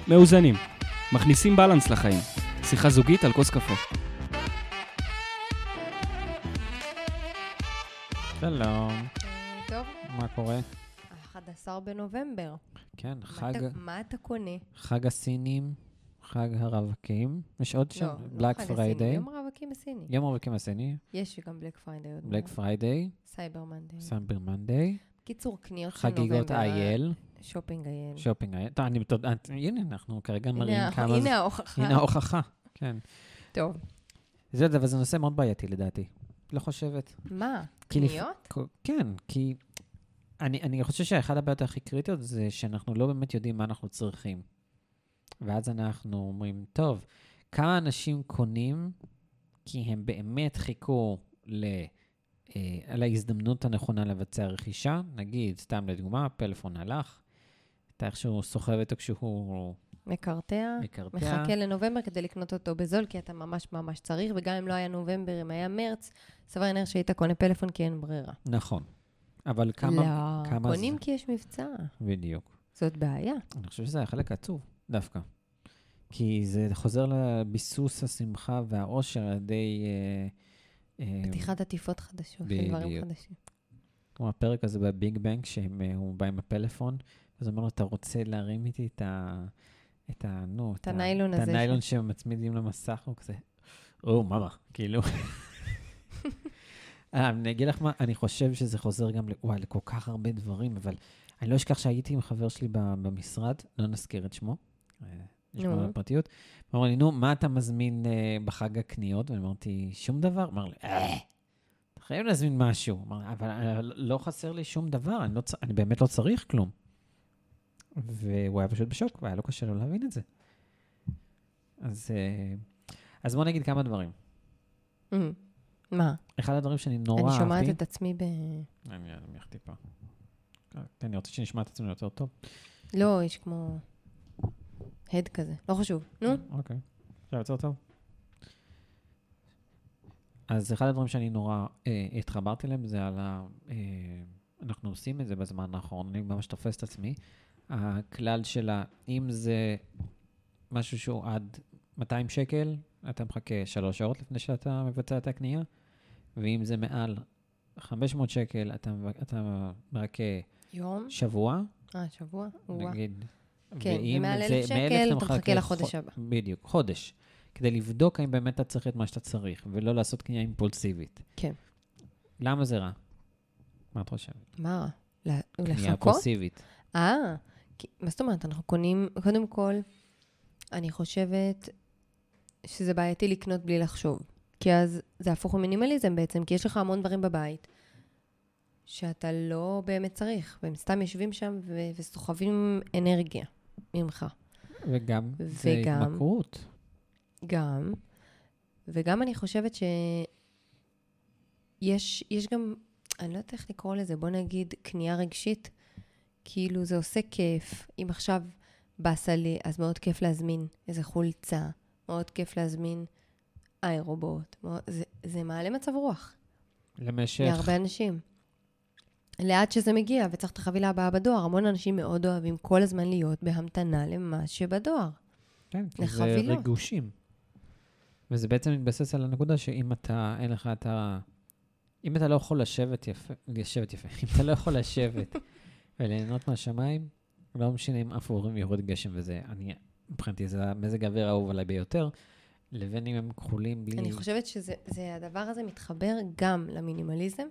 מאוזנים. מכניסים בלנס לחיים. שיחה זוגית על כוס קפה. שלום. טוב. מה קורה? 11 בנובמבר. כן, מה אתה קונה? חג הסינים, חג הרווקים. יש עוד שם? בלק פריידיי. יום הרווקים הסיני. יום הרווקים הסיני. יש גם בלק פריידיי. בלק פריידיי. סייבר מנדיי. סייבר מנדיי. קיצור, קניות של נובמבר. חגיגות אייל. שופינג אייל. שופינג אייל. הנה, אנחנו כרגע מראים כמה... הנה ההוכחה. הנה ההוכחה, כן. טוב. זה נושא מאוד בעייתי לדעתי. לא חושבת. מה? קניות? כן, כי אני חושב שאחד הבעיות הכי קריטיות זה שאנחנו לא באמת יודעים מה אנחנו צריכים. ואז אנחנו אומרים, טוב, כמה אנשים קונים כי הם באמת חיכו על ההזדמנות הנכונה לבצע רכישה? נגיד, סתם לדוגמה, פלאפון הלך, אתה איכשהו סוחב אותו כשהוא... מקרטע, מחכה לנובמבר כדי לקנות אותו בזול, כי אתה ממש ממש צריך, וגם אם לא היה נובמבר, אם היה מרץ, סביר להניח שהיית קונה פלאפון כי אין ברירה. נכון. אבל כמה... לא, קונים כי יש מבצע. בדיוק. זאת בעיה. אני חושב שזה החלק עצוב, דווקא. כי זה חוזר לביסוס השמחה והאושר על ידי... פתיחת עטיפות חדשות, דברים חדשים. כמו הפרק הזה בביג בנג, שהוא בא עם הפלאפון, אז הוא אומר לו, אתה רוצה להרים איתי את הניילון הזה. את הניילון שמצמידים למסך, הוא כזה, מאמה, כאילו. אני אגיד לך מה, אני חושב שזה חוזר גם לכל כך הרבה דברים, אבל אני לא אשכח שהייתי עם חבר שלי במשרד, לא נזכיר את שמו, נשמע בפרטיות, הוא אמר לי, מה אתה מזמין בחג הקניות? ואני אמרתי, שום דבר? אמר לי, אתה חייב להזמין משהו. אבל לא חסר לי שום דבר, אני באמת לא צריך כלום. והוא היה פשוט בשוק, והיה לו קשה לו להבין את זה. אז בוא נגיד כמה דברים. מה? אחד הדברים שאני נורא אהבתי... אני שומעת את עצמי אני אמיח טיפה. אני רוצה שנשמע את עצמי יותר טוב. לא, יש כמו... הד כזה, לא חשוב. נו? אוקיי. עכשיו יותר טוב. אז אחד הדברים שאני נורא התחברתי להם, זה על אנחנו עושים את זה בזמן האחרון, אני ממש תופס את עצמי. הכלל שלה, אם זה משהו שהוא עד 200 שקל, אתה מחכה 3 שעות לפני שאתה מבצע את הקנייה, ואם זה מעל 500 שקל, אתה מחכה יום? שבוע. שבוע? נגיד. כן, ומעל 1,000 שקל אתה מחכה לחודש הבא. בדיוק, חודש. כדי לבדוק האם באמת אתה צריך את מה שאתה צריך, ולא לעשות קנייה אימפולסיבית. כן. למה זה רע? מה את חושבת? מה רע? לחכות? קנייה אימפולסיבית. מה זאת אומרת? אנחנו קונים, קודם כל, אני חושבת שזה בעייתי לקנות בלי לחשוב. כי אז זה הפוך ממינימליזם בעצם, כי יש לך המון דברים בבית, שאתה לא באמת צריך, והם סתם יושבים שם וסוחבים אנרגיה ממך. וגם זה התמכרות. וגם אני חושבת שיש גם, אני לא יודעת איך לקרוא לזה, בוא נגיד קנייה רגשית, כאילו זה עושה כיף. אם עכשיו בסה לי, אז מאוד כיף להזמין איזה חולצה, מאוד כיף להזמין אירובוט, זה מעלה מצב רוח. למשך... להרבה אנשים. לאט שזה מגיע, וצריך את החבילה הבאה בדואר, המון אנשים מאוד אוהבים כל הזמן להיות בהמתנה למה שבדואר. כן, כי זה ריגושים. וזה בעצם מתבסס על הנקודה שאם אתה, אין לך את אם אתה לא יכול לשבת יפה, אם אתה לא יכול לשבת וליהנות מהשמיים, לא משנה אם אף הורים יורד גשם וזה, מבחינתי זה המזג האוויר האהוב עליי ביותר, לבין אם הם כחולים בלי... אני חושבת שהדבר הזה מתחבר גם למינימליזם,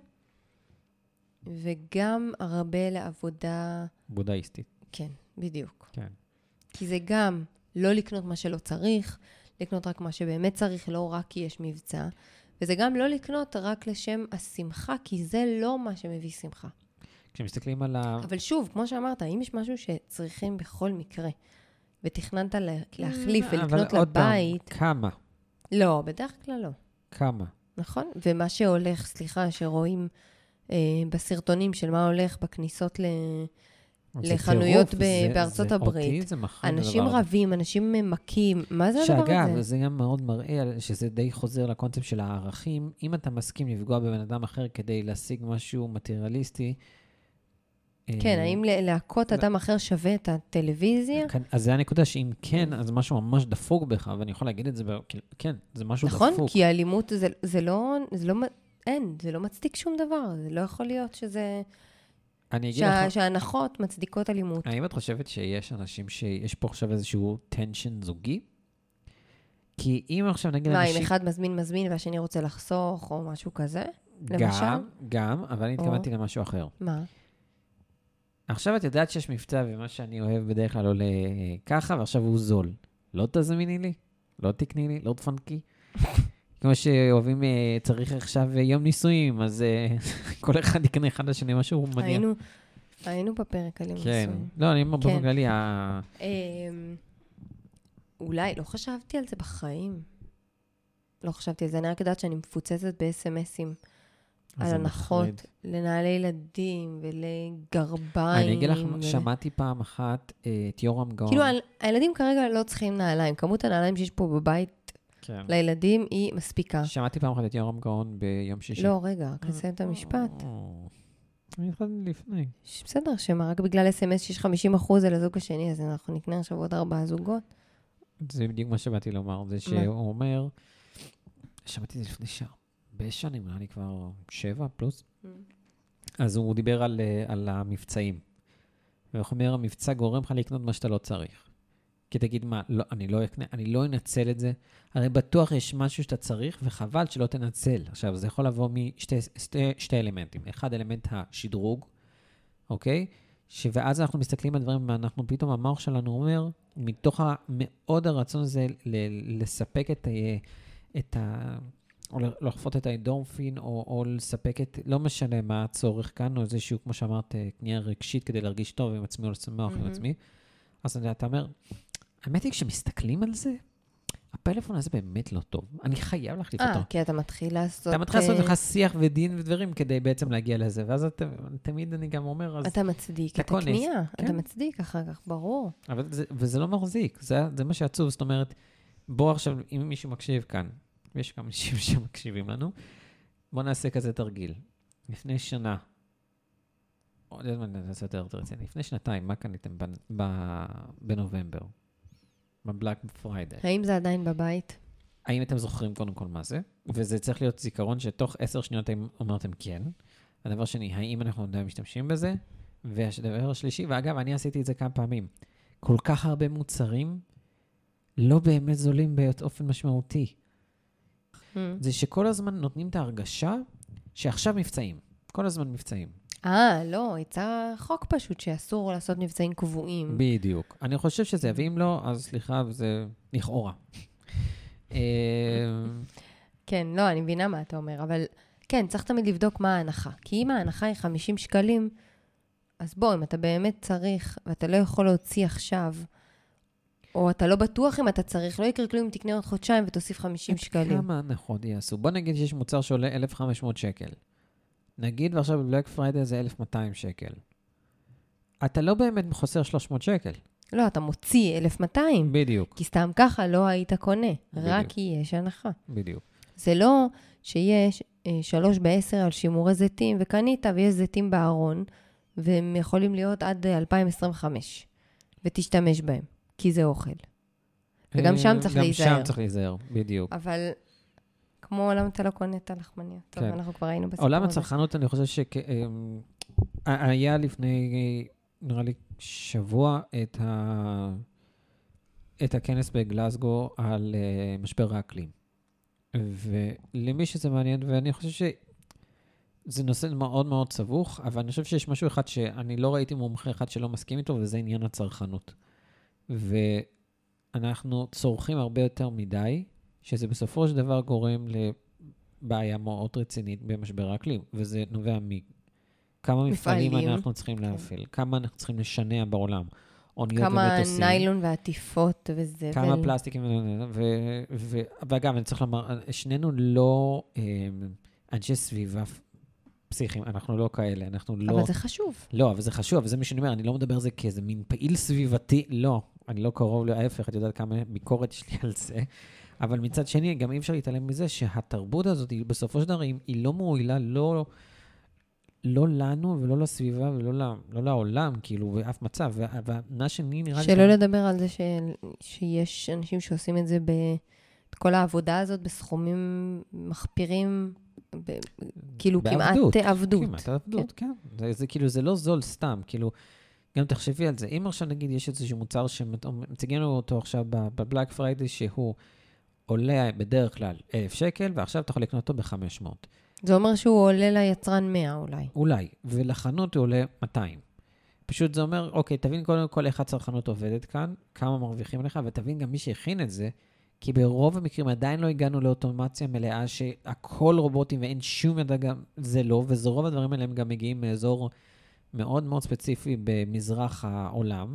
וגם הרבה לעבודה... בודהיסטית. כן, בדיוק. כן. כי זה גם לא לקנות מה שלא צריך, לקנות רק מה שבאמת צריך, לא רק כי יש מבצע, וזה גם לא לקנות רק לשם השמחה, כי זה לא מה שמביא שמחה. כשמסתכלים על אבל שוב, כמו שאמרת, אם יש משהו שצריכים בכל מקרה, ותכננת להחליף ולקנות לבית... כמה? לא, בדרך כלל לא. כמה? נכון? ומה שהולך, שרואים בסרטונים של מה הולך בכניסות לחנויות בארצות הברית. אנשים רבים, אנשים ממקים. מה זה הדבר הזה? שאגב, זה גם מאוד מראה שזה די חוזר לקונספט של הערכים. אם אתה מסכים לפגוע בבן אדם אחר כדי להשיג משהו מטריאליסטי, כן, האם להכות אדם אחר שווה את הטלוויזיה? אז זה הנקודה שאם כן, אז משהו ממש דפוק בך, ואני יכול להגיד את זה, כן, זה משהו דפוק. נכון, כי האלימות זה לא, אין, זה לא מצדיק שום דבר, זה לא יכול להיות שזה, שההנחות מצדיקות אלימות. האם את חושבת שיש אנשים שיש פה עכשיו איזשהו טנשן זוגי? כי אם עכשיו נגיד אנשים... מה, אם אחד מזמין והשני רוצה לחסוך או משהו כזה? למשל? גם, אבל אני התכוונתי למשהו אחר. מה? עכשיו את יודעת שיש מבצע, ומה שאני אוהב בדרך כלל עולה ככה, ועכשיו הוא זול. לא תזמיני לי, לא תקני לי, לא תפנקי. כמו שאוהבים, צריך עכשיו יום נישואים, אז כל אחד יקנה אחד לשני משהו מניע. היינו בפרק על יום כן. נישואים. לא, אני באופן כללי. אולי, לא חשבתי על זה בחיים. לא חשבתי על זה, אני רק יודעת שאני מפוצצת ב-SMSים. על הנחות, לנעלי ילדים ולגרביים. אני אגיד לך, שמעתי פעם אחת את יורם גאון. כאילו, הילדים כרגע לא צריכים נעליים. כמות הנעליים שיש פה בבית לילדים היא מספיקה. שמעתי פעם אחת את יורם גאון ביום שישי. לא, רגע, כסיים את המשפט. אני התחלתי לפני. בסדר, שמה, רק בגלל SMS שיש 50% על הזוג השני, אז אנחנו נקנה עכשיו עוד 4 זוגות. זה בדיוק מה שבאתי לומר, זה שהוא אומר, שמעתי את זה לפני שעה. בשנים, נראה לי כבר 7 פלוס. אז הוא דיבר על המבצעים. והוא אומר, המבצע גורם לך לקנות מה שאתה לא צריך. כי תגיד, מה, לא, אני לא אנצל את זה. הרי בטוח יש משהו שאתה צריך, וחבל שלא תנצל. עכשיו, זה יכול לבוא משתי אלמנטים. אחד, אלמנט השדרוג, אוקיי? ואז אנחנו מסתכלים על דברים, ואנחנו פתאום, המוח שלנו אומר, מתוך מאוד הרצון הזה לספק את ה... או לחפות את האנדורפין, או לספק את, לא משנה מה הצורך כאן, או איזשהו, כמו שאמרת, קנייה רגשית כדי להרגיש טוב עם עצמי, או לשמח עם עצמי. אז אתה אומר, האמת היא, כשמסתכלים על זה, הפלאפון הזה באמת לא טוב. אני חייב להחליף אותו. כי אתה מתחיל לעשות... אתה מתחיל לעשות לך שיח ודין ודברים כדי בעצם להגיע לזה, ואז תמיד אני גם אומר, אז... אתה מצדיק את הקנייה, אתה מצדיק אחר כך, ברור. וזה לא מחזיק, זה מה שעצוב, זאת אומרת, בוא עכשיו, אם מישהו מקשיב כאן, ויש כמה אנשים שמקשיבים לנו, בוא נעשה כזה תרגיל. לפני שנה, עוד זמן נעשה יותר רציני, לפני שנתיים, מה קניתם בנובמבר? בבלאק פריידי. האם זה עדיין בבית? האם אתם זוכרים קודם כל מה זה? וזה צריך להיות זיכרון שתוך 10 שניות אתם אומרתם כן. הדבר שני, האם אנחנו עדיין משתמשים בזה? והדבר השלישי, ואגב, אני עשיתי את זה כמה פעמים. כל כך הרבה מוצרים לא באמת זולים באופן משמעותי. זה שכל הזמן נותנים את ההרגשה שעכשיו מבצעים. כל הזמן מבצעים. לא, יצא חוק פשוט שאסור לעשות מבצעים קבועים. בדיוק. אני חושב שזה, ואם לא, אז סליחה, זה לכאורה. כן, לא, אני מבינה מה אתה אומר, אבל כן, צריך תמיד לבדוק מה ההנחה. כי אם ההנחה היא 50 שקלים, אז בוא, אם אתה באמת צריך, ואתה לא יכול להוציא עכשיו, או אתה לא בטוח אם אתה צריך, לא יקרה כלום אם תקנה עוד חודשיים ותוסיף 50 שקלים. כמה הנחות יעשו? בוא נגיד שיש מוצר שעולה 1,500 שקל. נגיד ועכשיו בבלאק פריידי זה 1,200 שקל. אתה לא באמת חוסר 300 שקל. לא, אתה מוציא 1,200. בדיוק. כי סתם ככה לא היית קונה. רק כי יש הנחה. בדיוק. זה לא שיש 3 ב-10 על שימורי זיתים, וקנית ויש זיתים בארון, והם יכולים להיות עד 2025, ותשתמש בהם, כי זה אוכל. וגם שם צריך להיזהר. גם שם צריך להיזהר, בדיוק. אבל כמו עולם אתה לא קונה את הלחמניה. טוב, אנחנו כבר היינו בסיפור הזה. עולם הצרכנות, אני חושב שהיה לפני, נראה לי, שבוע את הכנס בגלסגו על משבר האקלים. ולמי שזה מעניין, ואני חושב שזה נושא מאוד מאוד סבוך, אבל אני חושב שיש משהו אחד שאני לא ראיתי מומחה אחד שלא מסכים איתו, וזה עניין הצרכנות. ואנחנו צורכים הרבה יותר מדי, שזה בסופו של דבר גורם לבעיה מאוד רצינית במשבר האקלים, וזה נובע מכמה מפעלים אנחנו צריכים להפעיל, כמה אנחנו צריכים לשנע בעולם. כמה ניילון ועטיפות וזה. כמה פלסטיקים, ואגב, אני צריך לומר, שנינו לא אנשי סביבה פסיכיים, אנחנו לא כאלה, אנחנו לא... אבל זה חשוב. לא, אבל זה חשוב, אבל זה מה שאני אומר, אני לא מדבר על זה כאיזה מין פעיל סביבתי, לא, אני לא קרוב להפך, את יודעת כמה ביקורת שלי על זה, אבל מצד שני, גם אי אפשר להתעלם מזה שהתרבות הזאת, בסופו של דבר, היא לא מועילה, לא לנו ולא לסביבה ולא לעולם, כאילו, באף מצב. ומה שאני נראה לי... שלא לדבר על זה שיש אנשים שעושים את זה את כל העבודה הזאת בסכומים מחפירים, כאילו כמעט עבדות. כמעט עבדות, כן. זה כאילו, זה לא זול סתם, כאילו, גם תחשבי על זה. אם עכשיו נגיד יש איזשהו מוצר שמציגים לנו אותו עכשיו בבלאק פריידי, שהוא עולה בדרך כלל 1,000 שקל, ועכשיו אתה יכול לקנות אותו ב-500. זה אומר שהוא עולה ליצרן 100 אולי. אולי, ולחנות הוא עולה 200. פשוט זה אומר, אוקיי, תבין קודם כל איך הצרכנות עובדת כאן, כמה מרוויחים לך, ותבין גם מי שהכין את זה, כי ברוב המקרים עדיין לא הגענו לאוטומציה מלאה, שהכל רובוטים ואין שום ידע גם, זה לא, ורוב הדברים האלה הם גם מגיעים מאזור מאוד מאוד ספציפי במזרח העולם,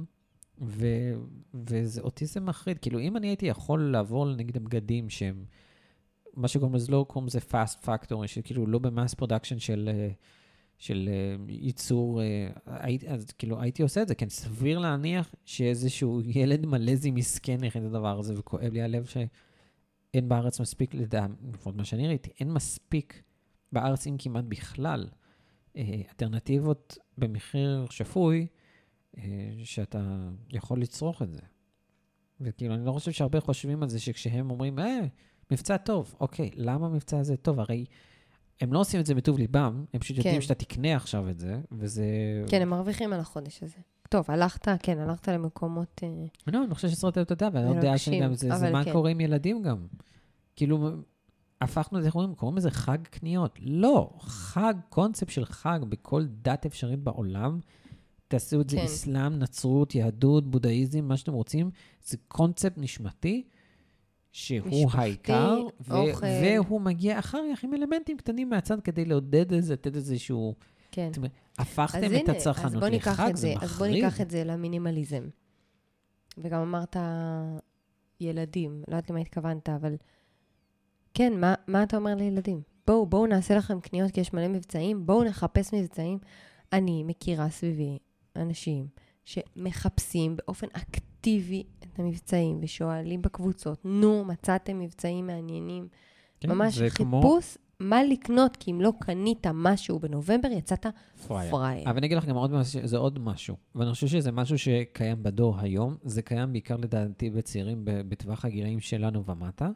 ואותי זה מחריד. כאילו, אם אני הייתי יכול לעבור נגיד הבגדים שהם, מה שקוראים לזה לא קוראים לזה fast factory, שכאילו לא במאס פרודקשן של ייצור, אז כאילו הייתי עושה את זה, כן, סביר להניח שאיזשהו ילד מלזי מסכן יכין את הדבר הזה, וכואב לי הלב שאין בארץ מספיק, לפחות מה שאני ראיתי, אין מספיק בארץ, אם כמעט בכלל, אלטרנטיבות במחיר שפוי, שאתה יכול לצרוך את זה. וכאילו, אני לא חושב שהרבה חושבים על זה, שכשהם אומרים, מבצע טוב, אוקיי, למה המבצע הזה טוב? הרי הם לא עושים את זה בטוב ליבם, הם פשוט יודעים שאתה תקנה עכשיו את זה, וזה... כן, הם מרוויחים על החודש הזה. טוב, הלכת למקומות... לא, אני חושב ששרות את הדעה, ואני יודע שגם זה מה קורה עם ילדים גם. כאילו, הפכנו את זה, קוראים לזה חג קניות. לא, חג, קונספט של חג בכל דת אפשרית בעולם, תעשו את זה אסלאם, נצרות, יהדות, בודהיזם, מה שאתם רוצים, זה קונספט נשמתי, שהוא העיקר, והוא מגיע אחר כך עם אלמנטים קטנים מהצד, כדי לעודד את זה, לתת איזשהו... כן. הפכתם את הצרכנות לחג, זה מחריד. אז בוא ניקח את זה למינימליזם. וגם אמרת ילדים, לא יודעת למה התכוונת, אבל כן, מה אתה אומר לילדים? בואו נעשה לכם קניות, כי יש מלא מבצעים, בואו נחפש מבצעים. אני מכירה סביבי אנשים שמחפשים באופן אקטיבי את המבצעים, ושואלים בקבוצות, מצאתם מבצעים מעניינים. כן, ממש חיפוש מה לקנות, כי אם לא קנית משהו בנובמבר, יצאת פרייר. אבל אני אגיד לך גם עוד משהו, זה עוד משהו. ואני חושב שזה משהו שקיים בדור היום, זה קיים בעיקר לדעתי בצעירים בטווח הגילאים שלנו ומטה.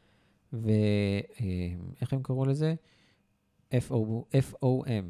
ואיך הם קראו לזה? FOM.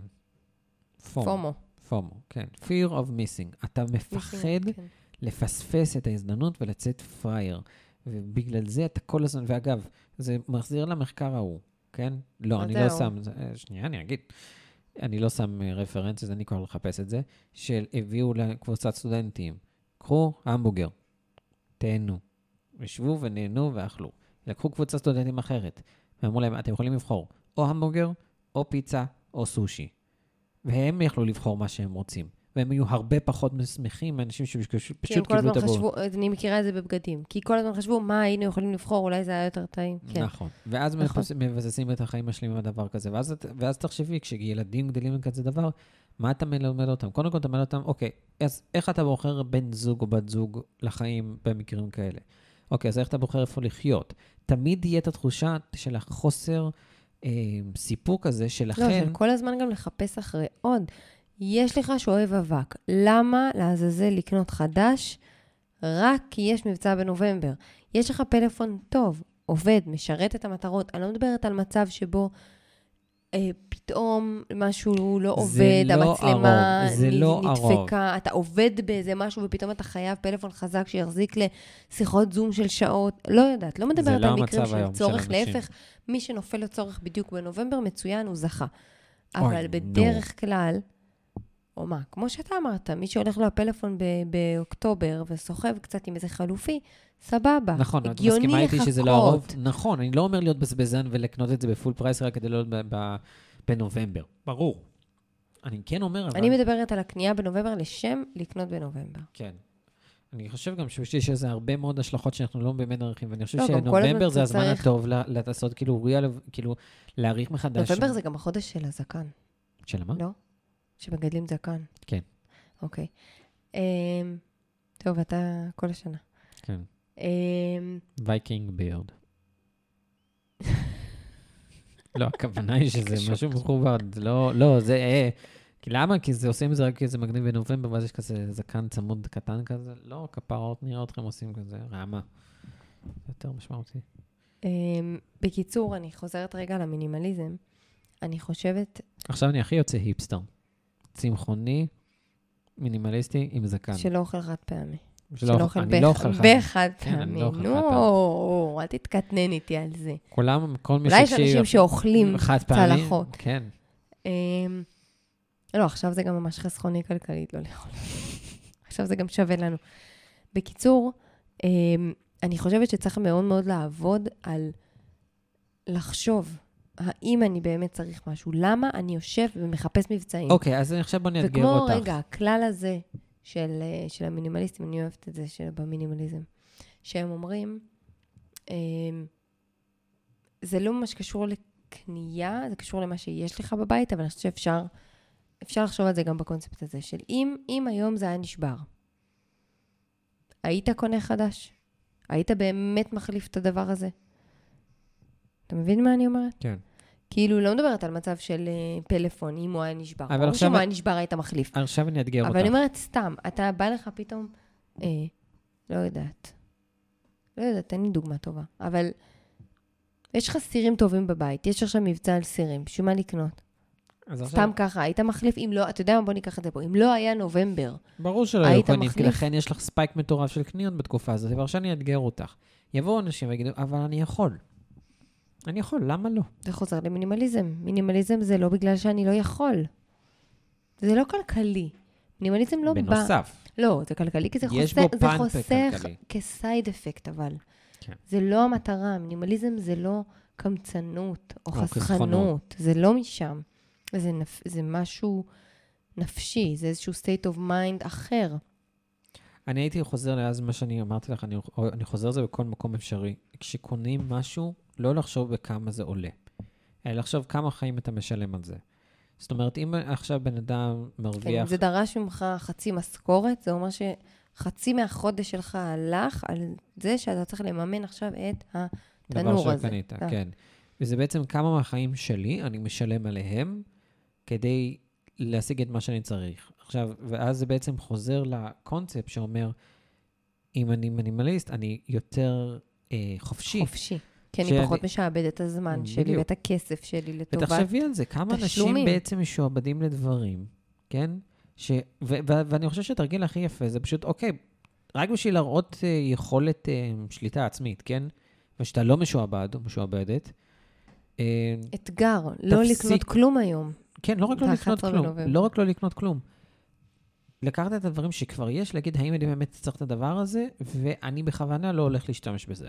פומו, כן. Fear of missing. אתה מפחד לפספס את ההזדמנות ולצאת פרייר. ובגלל זה אתה כל הזמן, ואגב, זה מחזיר למחקר ההוא, כן? לא, אני לא שם, שנייה, אני אגיד. אני לא שם רפרנס, אז אני כבר לחפש את זה, שהביאו לקבוצת סטודנטים. קחו המבורגר, תהנו. ישבו ונהנו ואכלו. לקחו קבוצת סטודנטים אחרת. ואמרו להם, אתם יכולים לבחור או המבורגר, או פיצה, או סושי. והם יכלו לבחור מה שהם רוצים. והם היו הרבה פחות משמחים מאנשים שפשוט קיבלו את הבורג. אני מכירה את זה בבגדים. כי כל הזמן חשבו, מה היינו יכולים לבחור, אולי זה היה יותר טעים. נכון. ואז מבססים את החיים השלמים בדבר כזה. ואז תחשבי, כשילדים גדלים לכזה דבר, מה אתה מלמד אותם? קודם כל אתה מלמד אותם, אוקיי, אז איך אתה בוחר בן זוג או בת זוג לחיים במקרים כאלה? אוקיי, אז איך אתה בוחר איפה לחיות? תמיד יהיה את התחושה של החוסר סיפוק הזה שלכם. לא, של כל הזמן גם לחפש אחרי עוד. יש לך שאוהב אבק. למה לעזאזל לקנות חדש רק כי יש מבצע בנובמבר? יש לך פלאפון טוב, עובד, משרת את המטרות. אני לא מדברת על מצב שבו פתאום משהו לא עובד, המצלמה נדפקה, אתה עובד באיזה משהו ופתאום אתה חייב פלאפון חזק שיחזיק לשיחות זום של שעות. לא יודעת, לא מדברת על מקרים של צורך, להפך, מי שנופל לצורך בדיוק בנובמבר מצוין, הוא זכה. אבל בדרך כלל, או מה, כמו שאתה אמרת, מי שהולך לו הפלאפון באוקטובר וסוחב קצת עם איזה חלופי, סבבה. נכון, את מסכימה איתי שזה לא הרוב. נכון, אני לא אומר להיות בזבזן ולקנות את זה בפול פרייס רק כדי להיות בנובמבר. ברור. אני כן אומר, אבל... אני מדברת על הקנייה בנובמבר לשם לקנות בנובמבר. כן. אני חושב גם שיש איזה הרבה מאוד השלכות שאנחנו לא באמת ערכים, ואני חושב שנובמבר זה הזמן הטוב לעשות כאילו להעריך מחדש. נובמבר זה גם החודש של הזקן. של מה? לא? שמגדלים זקן. כן. אוקיי. טוב, אתה כל השנה. כן. וייקינג בירד. לא, הכוונה היא שזה משהו מכובד. לא, זה... כי למה? כי זה עושים את זה רק כי זה מגניב בנובמבר, ואז יש כזה זקן צמוד קטן כזה. לא, כפרות נראה אתכם עושים כזה, רעמה. יותר משמעותי. בקיצור, אני חוזרת רגע למינימליזם. אני חושבת... עכשיו אני הכי יוצא היפסטר. צמחוני, מינימליסטי עם זקן. שלא אוכל חד פעמי. אני לא אוכל חד בחד פעמי. נו, אל תתקטנן איתי על זה. כולם, כל מי אולי יש אנשים שאוכלים צלחות. כן. לא, עכשיו זה גם ממש חסכוני כלכלית, לא לאכול. עכשיו זה גם שווה לנו. בקיצור, אני חושבת שצריך מאוד מאוד לעבוד על לחשוב, האם אני באמת צריך משהו, למה אני יושב ומחפש מבצעים. אוקיי, אז עכשיו בוא נאתגר אותך. וכמו רגע, הכלל הזה של המינימליסטים, אני אוהבת את זה במינימליזם, שהם אומרים, זה לא ממש קשור לקנייה, זה קשור למה שיש לך בבית, אבל אני חושבת שאפשר לחשוב על זה גם בקונספט הזה, של אם היום זה היה נשבר, היית קונה חדש? היית באמת מחליף את הדבר הזה? אתה מבין מה אני אומרת? כן. כאילו, לא מדברת על מצב של פלאפון, אם הוא היה נשבר. אבל עכשיו... אם הוא היה נשבר, היית מחליף. עכשיו אני אתגר אותך. אבל אני אומרת, סתם, אתה בא לך פתאום, לא יודעת, אין לי דוגמה טובה, אבל יש לך סירים טובים בבית, יש עכשיו מבצע על סירים, בשביל מה לקנות? סתם ככה, היית מחליף, אם לא, אתה יודע מה, בוא ניקח את זה פה, אם לא היה נובמבר, ברור שלא היו קונים, כי לכן יש לך ספייק מטורף של קניות בתקופה הזאת, אבל שאני אתגר אותך. יבואו אנשים ויגידו, אבל אני יכול, למה לא? זה חוזר למינימליזם. מינימליזם זה לא בגלל שאני לא יכול. זה לא כלכלי. מינימליזם לא בא... בנוסף. לא, זה כלכלי, כי זה חוסך כסייד אפקט, אבל. כן. זה לא המטרה. מינימליזם זה לא קמצנות או חסכנות. זה לא משם. זה משהו נפשי. זה איזשהו state of mind אחר. אני הייתי חוזר לאז מה שאני אמרתי לך, אני חוזר לזה בכל מקום אפשרי. כשקונים משהו, לא לחשוב בכמה זה עולה, אלא לחשוב כמה חיים אתה משלם על זה. זאת אומרת, אם עכשיו בן אדם מרוויח... כן, זה דרש ממך חצי משכורת, זה אומר שחצי מהחודש שלך הלך על זה שאתה צריך לממן עכשיו את התנור הזה. דבר שקנית, כן. וזה בעצם כמה מהחיים שלי, אני משלם עליהם, כדי להשיג את מה שאני צריך. עכשיו, ואז זה בעצם חוזר לקונספט שאומר, אם אני מינימליסט, אני יותר חופשי. חופשי. כי אני פחות משעבד את הזמן שלי ואת הכסף שלי לטובת תשלומים. ותחשבי על זה, כמה אנשים בעצם משועבדים לדברים, כן? ואני חושב שתרגיל הכי יפה, זה פשוט, אוקיי, רק בשביל להראות יכולת שליטה עצמית, כן? ושאתה לא משועבד או משועבדת. אתגר, לא לקנות כלום היום. כן, לא רק לא לקנות כלום. לא רק לא לקנות כלום. לקחת את הדברים שכבר יש, להגיד, האם אני באמת צריך את הדבר הזה, ואני בכוונה לא הולך להשתמש בזה.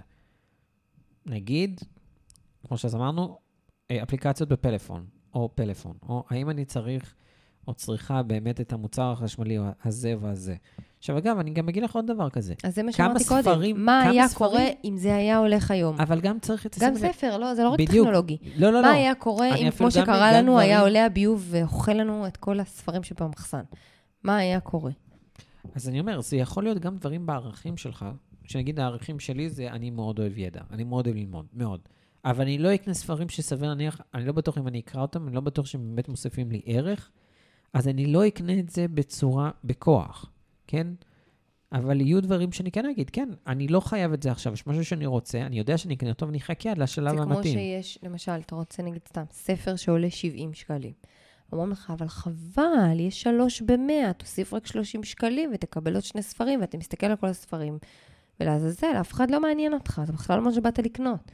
נגיד, כמו שאז אמרנו, אפליקציות בפלאפון, או פלאפון, או האם אני צריך, או צריכה באמת את המוצר החשמלי הזה והזה. עכשיו, אגב, אני גם אגיד לך עוד דבר כזה. אז זה מה שאמרתי קודם. מה היה קורה אם זה היה הולך היום? אבל גם צריך את... גם ספר, לא, זה לא רק טכנולוגי. לא. מה היה קורה אם, כמו שקרה לנו, היה עולה הביוב ואוכל לנו את כל הספרים שבמחסן? מה היה קורה? אז אני אומר, זה יכול להיות גם דברים בערכים שלך, שנגיד הערכים שלי זה, אני מאוד אוהב ידע, אני מאוד אוהב ללמוד, מאוד. אבל אני לא אקנה ספרים שסביר להניח, אני לא בטוח אם אני אקרא אותם, אני לא בטוח שהם באמת מוסיפים לי ערך, אז אני לא אקנה את זה בצורה, בכוח, כן? אבל יהיו דברים שאני כן אגיד, כן, אני לא חייב את זה עכשיו, יש משהו שאני רוצה, אני יודע שאני אקנה אותו ואני אחכה עד לשלב המתאים. זה כמו שיש, למשל, אתה רוצה נגיד סתם, ספר שעולה 70 שקלים. אומרים לך, אבל חבל, יש 3 ב-100, תוסיף רק 30 שקלים ותקבל עוד 2 ספרים, ואתה מסתכל על כל הספרים, ולעזאזל, אף אחד לא מעניין אותך, זה בכלל לא מה שבאת לקנות.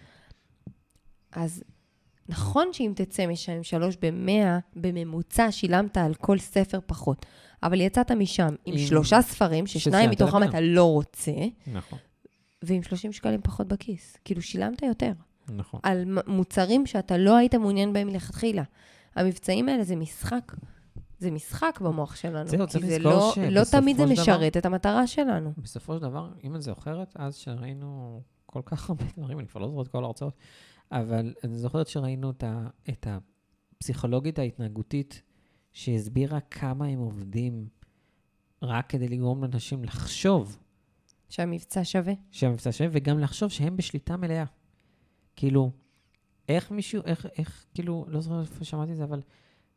אז נכון שאם תצא משם 3 ב-100, בממוצע שילמת על כל ספר פחות, אבל יצאת משם עם 3 ספרים, ששניים מתוכם אתה לא רוצה, נכון. ועם 30 שקלים פחות בכיס. כאילו שילמת יותר. נכון. על מוצרים שאתה לא היית מעוניין בהם מלכתחילה. המבצעים האלה זה משחק במוח שלנו. כי זה לא תמיד זה משרת את המטרה שלנו. בסופו של דבר, אם את זוכרת, אז שראינו כל כך הרבה דברים, אני כבר לא זוכרת כל ההרצאות, אבל אני זוכרת שראינו את הפסיכולוגית ההתנהגותית, שהסבירה כמה הם עובדים רק כדי לגרום לאנשים לחשוב. שהמבצע שווה. וגם לחשוב שהם בשליטה מלאה. כאילו, איך מישהו, כאילו, לא זוכר איפה שמעתי את זה, אבל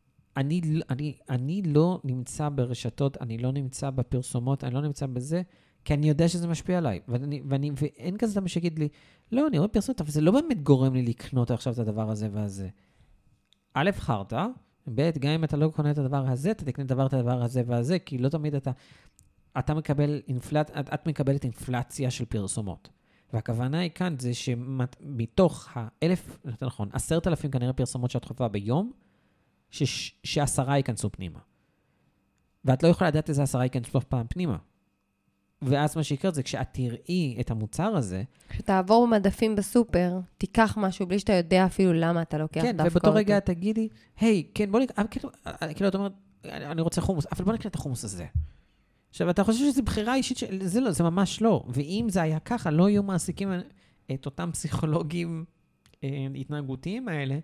אני לא נמצא ברשתות, אני לא נמצא בפרסומות, אני לא נמצא בזה, כי אני יודע שזה משפיע עליי. ואין כזה דבר שיגיד לי, לא, אני רואה פרסומות, אבל זה לא באמת גורם לי לקנות עכשיו את הדבר הזה והזה. א', חרטא, ב', גם אם אתה לא קונה את הדבר הזה, אתה תקנה את הדבר הזה והזה, כי לא תמיד אתה מקבל את מקבלת אינפלציה של פרסומות. והכוונה היא כאן, זה שמתוך 10,000 כנראה פרסומות שאת חובה ביום, ש10 ייכנסו פנימה. ואת לא יכולה לדעת איזה 10 ייכנסו פעם פנימה. ואז מה שיקרה זה כשאת תראי את המוצר הזה... כשתעבור במדפים בסופר, תיקח משהו בלי שאתה יודע אפילו למה אתה לוקח דווקא אותו. כן, ובאותו רגע תגידי, היי, כן, בוא נקרא, כאילו אתה אומר, אני רוצה חומוס, אבל בוא נקרא את החומוס הזה. עכשיו, אתה חושב שזו בחירה אישית, זה לא, זה ממש לא. ואם זה היה ככה, לא יהיו מעסיקים את אותם פסיכולוגים התנהגותיים האלה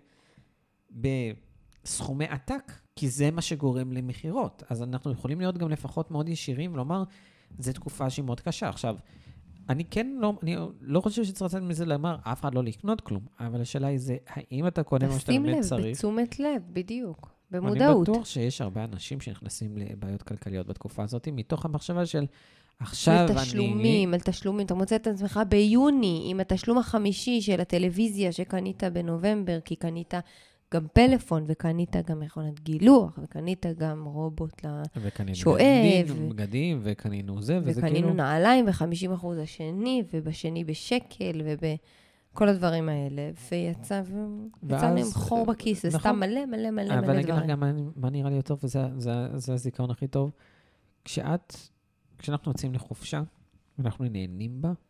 בסכומי עתק, כי זה מה שגורם למחירות. אז אנחנו יכולים להיות גם לפחות מאוד ישירים, ולומר, זו תקופה שהיא מאוד קשה. עכשיו, אני לא חושב שצריך לצאת מזה לומר, אף אחד לא לקנות כלום, אבל השאלה היא זה, האם אתה קונה מה שאתה באמת צריך? תשים לב, בתשומת לב, בדיוק, במודעות. אני בטוח שיש הרבה אנשים שנכנסים לבעיות כלכליות בתקופה הזאת, מתוך המחשבה של עכשיו על תשלומים, אתה מוצא את עצמך ביוני, עם התשלום החמישי של הטלוויזיה שקנית בנובמבר, כי קנית גם פלאפון, וקנית גם מכונת גילוח, וקנית גם רובוט לשואב. בגדים, וקנינו זה, וזה כאילו... וקנינו נעליים, ו50% השני, ובשני בשקל, כל הדברים האלה. ויצא עם חור בכיס, זה סתם מלא דברים. אבל אני אגיד לך גם מה נראה לי יותר, וזה הזיכרון הכי טוב. כשאנחנו יוצאים לחופשה, ואנחנו נהנים בה,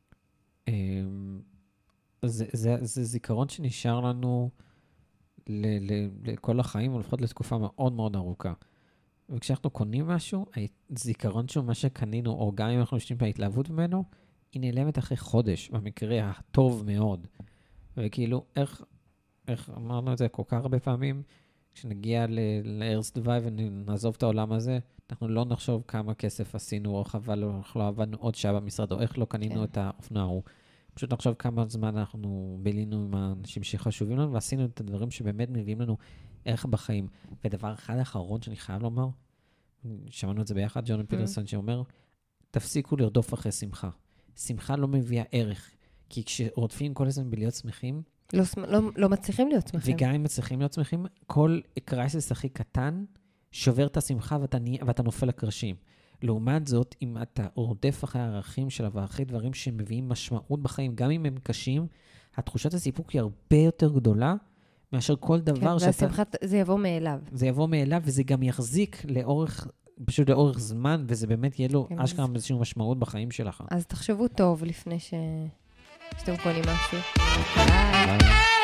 זה זיכרון שנשאר לנו לכל החיים, או לפחות לתקופה מאוד מאוד ארוכה. וכשאנחנו קונים משהו, זיכרון שהוא מה שקנינו, או גם אם אנחנו משתים בהתלהבות ממנו, היא נעלמת אחרי חודש, במקרה הטוב מאוד. וכאילו, איך אמרנו את זה כל כך הרבה פעמים, כשנגיע לארץ דווי ונעזוב את העולם הזה, אנחנו לא נחשוב כמה כסף עשינו, או חבל, או לא עבדנו עוד שעה במשרד, או איך לא קנינו את האופנה ההוא. פשוט נחשוב כמה זמן אנחנו בילינו עם האנשים שחשובים לנו, ועשינו את הדברים שבאמת מביאים לנו ערך בחיים. ודבר אחד האחרון שאני חייב לומר, שמענו את זה ביחד, ג'ון פיטרסון, שאומר, תפסיקו לרדוף אחרי שמחה. שמחה לא מביאה ערך, כי כשרודפים כל הזמן בלהיות שמחים, לא מצליחים להיות שמחים. וגם אם מצליחים להיות שמחים, כל קרייסס הכי קטן שובר את השמחה ואתה נופל לקרשים. לעומת זאת, אם אתה רודף אחרי הערכים שלה ואחרי דברים שמביאים משמעות בחיים, גם אם הם קשים, התחושת הסיפוק היא הרבה יותר גדולה מאשר כל דבר שאתה... והשמחה, זה יבוא מאליו. זה יבוא מאליו, וזה גם יחזיק פשוט לאורך זמן, וזה באמת יהיה לו אשכרה איזושהי משמעות בחיים שלך. אז תחשבו טוב לפני שאתם קונים משהו. ביי.